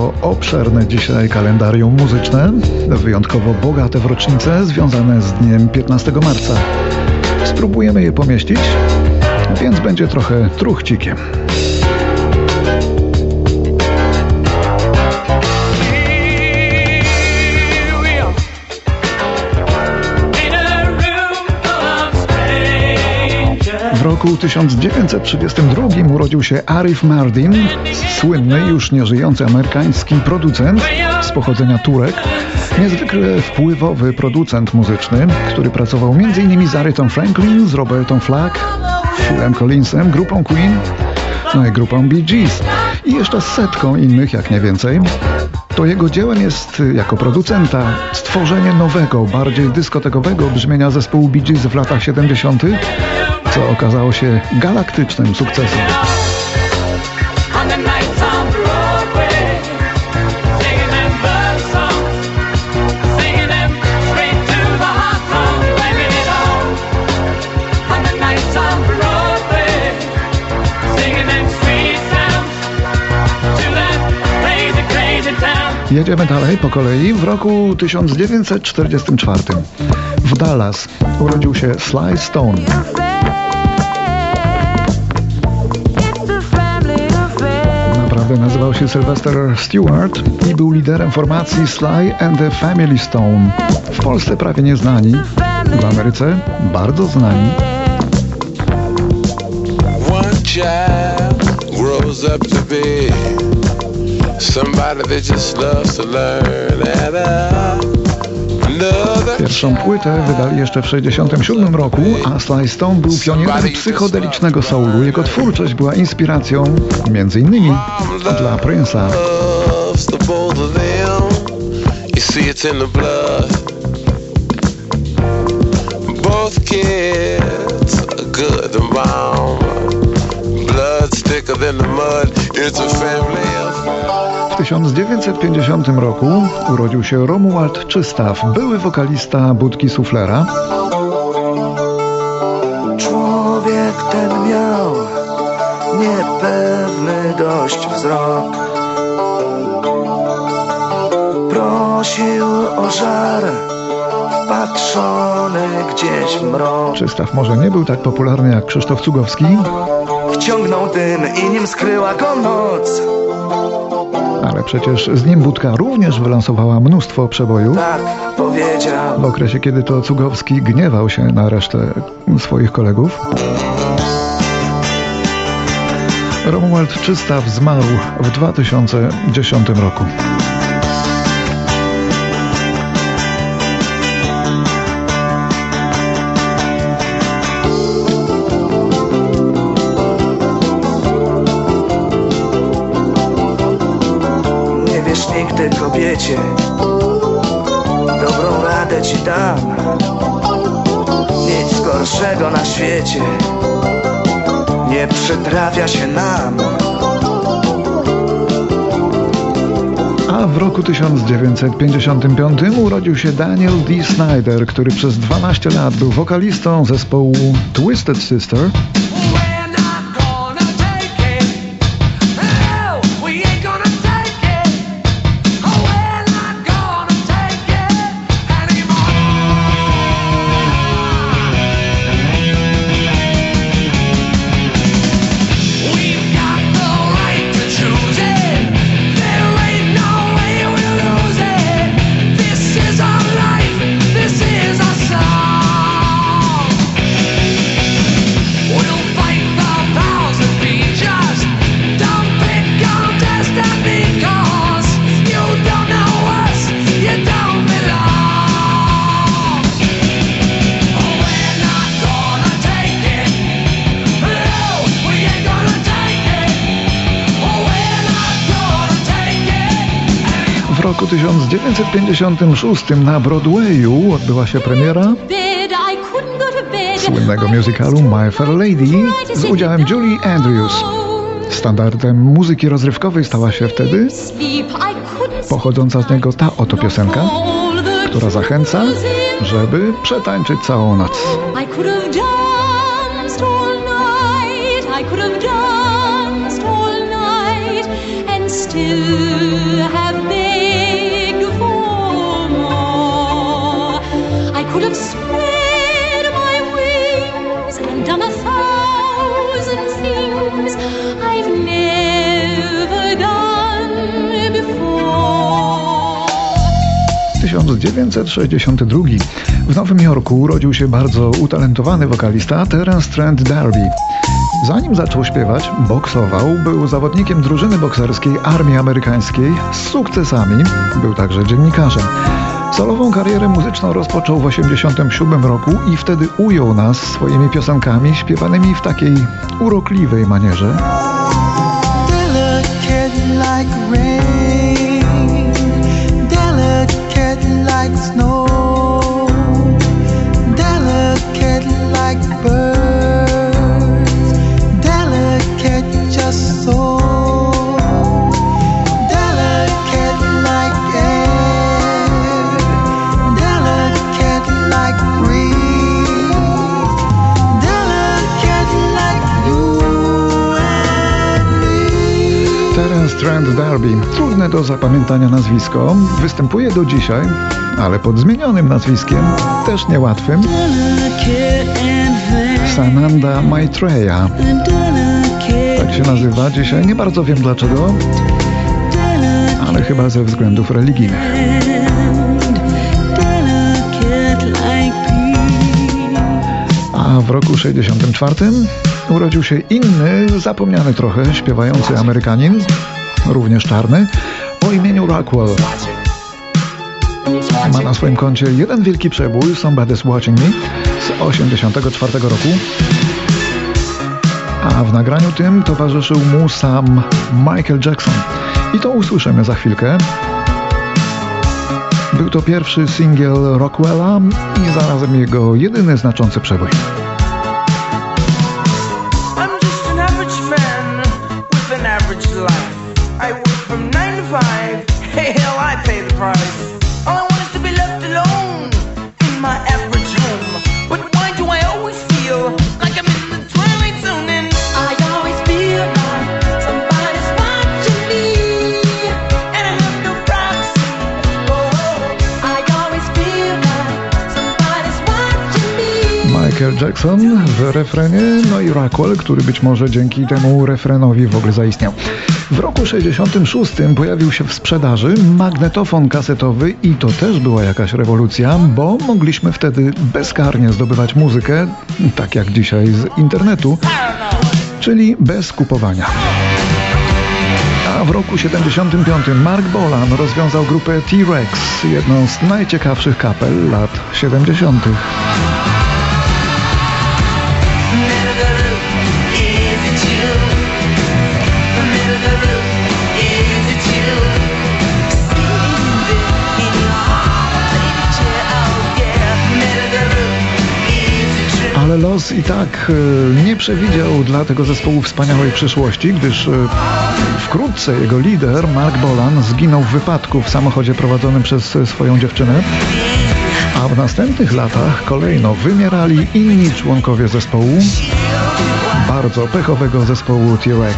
bardzo obszerne dzisiaj kalendarium muzyczne, wyjątkowo bogate w rocznice związane z dniem 15 marca. Spróbujemy je pomieścić, więc będzie trochę truchcikiem. W roku 1932 urodził się Arif Mardin, słynny, już nieżyjący amerykański producent z pochodzenia Turek, niezwykle wpływowy producent muzyczny, który pracował m.in. z Aretą Franklin, z Robertą Flack, Philem Collinsem, grupą Queen, no i grupą Bee Gees i jeszcze setką innych, jak nie więcej. To jego dziełem jest, jako producenta, stworzenie nowego, bardziej dyskotekowego brzmienia zespołu Bee Gees w latach 70., co okazało się galaktycznym sukcesem. Jedziemy dalej po kolei. W roku 1944 w Dallas urodził się Sly Stone. Naprawdę nazywał się Sylvester Stewart i był liderem formacji Sly and the Family Stone. W Polsce prawie nieznani, w Ameryce bardzo znani. Pierwszą płytę wydali jeszcze w 1967 roku, a Sly Stone był pionierem psychodelicznego soulu. Jego twórczość była inspiracją m.in. dla Prince'a. W 1950 roku urodził się Romuald Czystaw, były wokalista Budki Suflera. Człowiek ten miał niepewny dość wzrok. Prosił o żar, wpatrzony gdzieś w mrok. Czystaw może nie był tak popularny jak Krzysztof Cugowski. Wciągnął dym i nim skryła go noc. Ale przecież z nim Budka również wylansowała mnóstwo przebojów. Tak powiedział. W okresie, kiedy to Cugowski gniewał się na resztę swoich kolegów. Romuald Czystaw zmarł w 2010 roku. Nigdy kobiecie dobrą radę ci dam. Nic gorszego na świecie nie przytrafia się nam. A w roku 1955 urodził się Daniel D. Snyder, który przez 12 lat był wokalistą zespołu Twisted Sister. W roku 1956 na Broadwayu odbyła się premiera słynnego musicalu My Fair Lady z udziałem Julie Andrews. Standardem muzyki rozrywkowej stała się wtedy pochodząca z niego ta oto piosenka, która zachęca, żeby przetańczyć całą noc. Still have 1962. W Nowym Jorku urodził się bardzo utalentowany wokalista Terence Trent D'Arby. Zanim zaczął śpiewać, boksował, był zawodnikiem drużyny bokserskiej Armii Amerykańskiej z sukcesami, był także dziennikarzem. Solową karierę muzyczną rozpoczął w 1987 roku i wtedy ujął nas swoimi piosenkami śpiewanymi w takiej urokliwej manierze. Terence Trent D'Arby. Trudne do zapamiętania nazwisko. Występuje do dzisiaj, ale pod zmienionym nazwiskiem, też niełatwym. Sananda Maitreya. Tak się nazywa dzisiaj. Nie bardzo wiem dlaczego, ale chyba ze względów religijnych. A w roku 64 urodził się inny, zapomniany trochę, śpiewający Amerykanin, również czarny, o imieniu Rockwell. Ma na swoim koncie jeden wielki przebój, Somebody's Watching Me, z 84 roku. A w nagraniu tym towarzyszył mu sam Michael Jackson. I to usłyszymy za chwilkę. Był to pierwszy singiel Rockwella i zarazem jego jedyny znaczący przebój. I work from 9 to 5. Hey, hell, I pay the price. All I want is to be left alone in my average home. But why do I always feel like I'm in the twilight zone? And I always feel like somebody's watching me, and I have no privacy. Oh, I always feel like somebody's watching me. Michael Jackson w refrenie, no i Rockwell, który być może dzięki temu refrenowi w ogóle zaistniał. W roku 66 pojawił się w sprzedaży magnetofon kasetowy i to też była jakaś rewolucja, bo mogliśmy wtedy bezkarnie zdobywać muzykę, tak jak dzisiaj z internetu, czyli bez kupowania. A w roku 75 Mark Bolan rozwiązał grupę T-Rex, jedną z najciekawszych kapel lat 70. Ale los i tak nie przewidział dla tego zespołu wspaniałej przyszłości, gdyż wkrótce jego lider, Mark Bolan, zginął w wypadku w samochodzie prowadzonym przez swoją dziewczynę, a w następnych latach kolejno wymierali inni członkowie zespołu, bardzo pechowego zespołu T-Rex.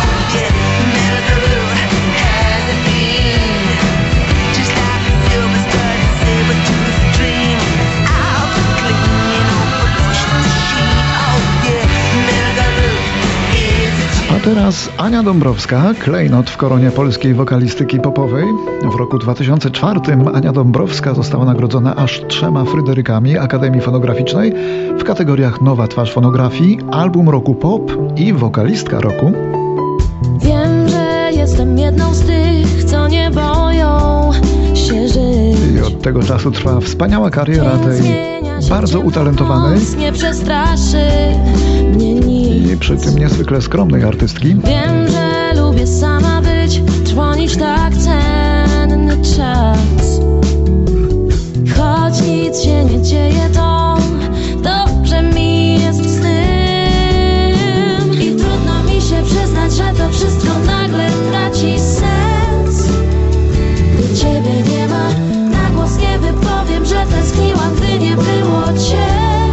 Teraz Ania Dąbrowska, klejnot w koronie polskiej wokalistyki popowej. W roku 2004 Ania Dąbrowska została nagrodzona aż 3 Fryderykami Akademii Fonograficznej w kategoriach Nowa twarz fonografii, Album roku pop i Wokalistka roku. Wiem, że jestem jedną z tych, co nie boją się żyć. I od tego czasu trwa wspaniała kariera tej bardzo utalentowanej nie przestraszy mnie nic. I przy tym niezwykle skromnej artystki. Wiem, że lubię sama być, trwonić tak cenny czas. Choć nic się nie dzieje, to dobrze mi jest z tym. I trudno mi się przyznać, że to wszystko nagle traci sens. Gdy ciebie nie ma, na głos nie wypowiem, że tęskniłam, gdy nie było cię.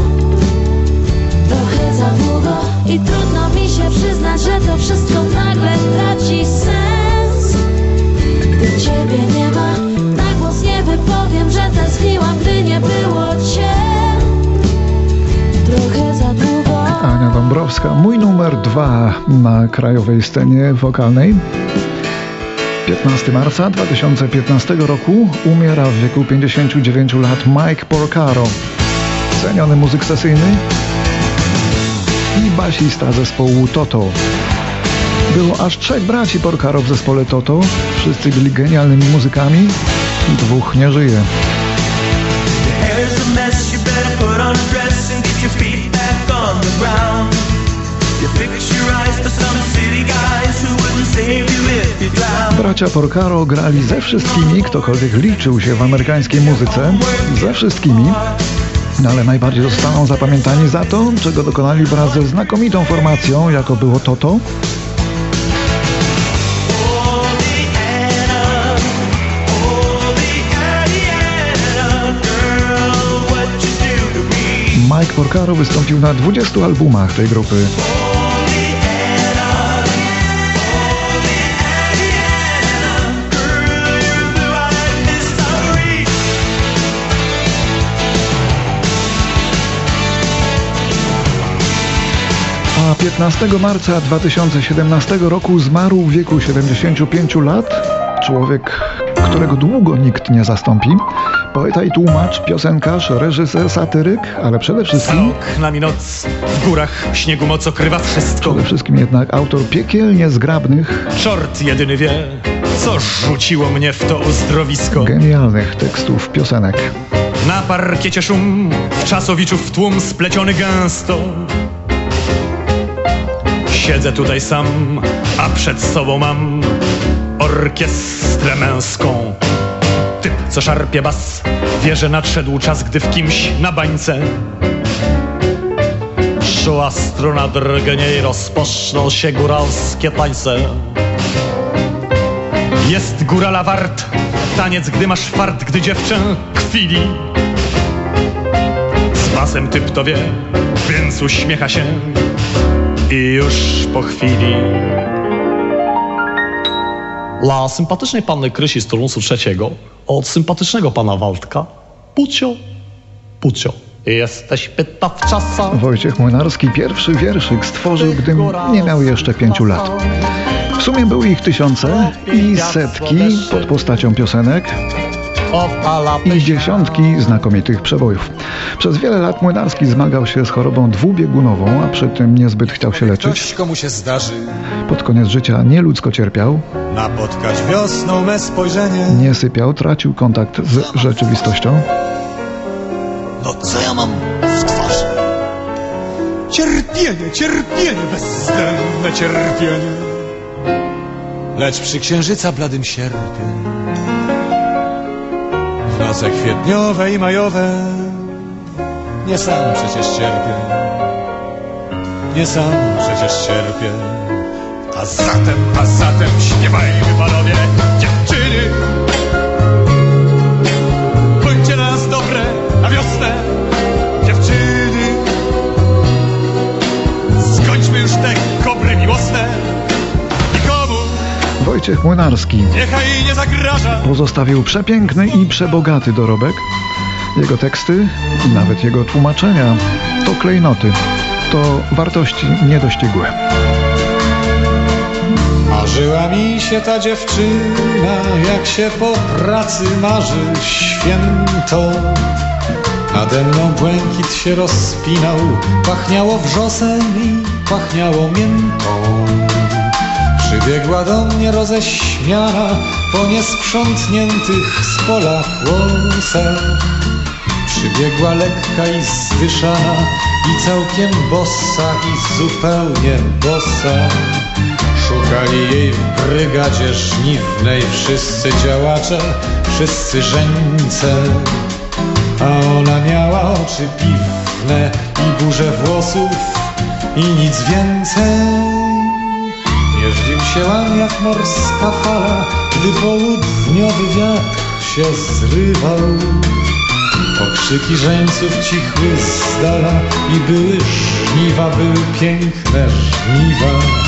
Trochę za długo i trudno mi się przyznać, że to wszystko nagle traci sens. Gdy ciebie nie ma, na głos nie wypowiem, że tęskniłam, gdy nie było cię. Trochę za długo. Ania Dąbrowska, mój numer 2 na krajowej scenie wokalnej. 15 marca 2015 roku umiera w wieku 59 lat Mike Porcaro, ceniony muzyk sesyjny i basista zespołu Toto. Było aż 3 braci Porcaro w zespole Toto, wszyscy byli genialnymi muzykami, 2 nie żyje. Bracia Porcaro grali ze wszystkimi, ktokolwiek liczył się w amerykańskiej muzyce, ze wszystkimi, ale najbardziej zostaną zapamiętani za to, czego dokonali wraz ze znakomitą formacją, jaką było Toto. Mike Porcaro wystąpił na 20 albumach tej grupy. A 15 marca 2017 roku zmarł w wieku 75 lat człowiek, którego długo nikt nie zastąpi. Poeta i tłumacz, piosenkarz, reżyser, satyryk, ale przede wszystkim... Za oknami noc, w górach śniegu moc okrywa wszystko. Przede wszystkim jednak autor piekielnie zgrabnych... Czort jedyny wie, co rzuciło mnie w to uzdrowisko. Genialnych tekstów piosenek. Na parkiecie szum, w czasowiczów tłum spleciony gęsto. Siedzę tutaj sam, a przed sobą mam orkiestrę męską. Typ, co szarpie bas, wie, że nadszedł czas, gdy w kimś na bańce szła struna drgnie i rozpoczną się góralskie tańce. Jest górala wart, taniec, gdy masz fart, gdy dziewczę kwili. Z basem typ to wie, więc uśmiecha się i już po chwili. Dla sympatycznej panny Krysi z turnusu trzeciego od sympatycznego pana Waldka Pucio, Pucio. Jesteś pyta w czasach. Wojciech Młynarski pierwszy wierszyk stworzył, gdy nie miał jeszcze 5 lat. W sumie były ich tysiące i setki pod postacią piosenek i dziesiątki znakomitych przebojów. Przez wiele lat Młynarski zmagał się z chorobą dwubiegunową, a przy tym niezbyt chciał się leczyć. Ktoś komu się zdarzy Pod koniec życia nieludzko cierpiał, napotkać wiosną me spojrzenie. nie sypiał, tracił kontakt z rzeczywistością. No co ja mam w twarzy? Cierpienie, cierpienie, bezwzględne cierpienie. Lecz przy księżyca bladym sierpie, w noce kwietniowe i majowe, nie sam przecież cierpię, nie sam przecież cierpię. A zatem śpiewajmy panowie, dziewczyny, bądźcie nas dobre na wiosnę, dziewczyny. Skończmy już te kobry miłosne, nikomu Wojciech Młynarski niechaj nie zagraża. pozostawił przepiękny i przebogaty dorobek. Jego teksty, nawet jego tłumaczenia, to klejnoty, to wartości niedościgłe. Marzyła mi się ta dziewczyna, jak się po pracy marzy święto. Nade mną błękit się rozpinał, pachniało wrzosem i pachniało miętą. Przybiegła do mnie roześmiana po niesprzątniętych z pola kłosach. Przybiegła lekka i zdyszana i całkiem bossa i zupełnie bossa. Szukali jej w brygadzie żniwnej wszyscy działacze, wszyscy żeńce. A ona miała oczy piwne i burzę włosów i nic więcej. Jeździł się łam jak morska fala, gdy południowy wiatr się zrywał. Okrzyki żeńców cichły z dala i były żniwa, były piękne żniwa.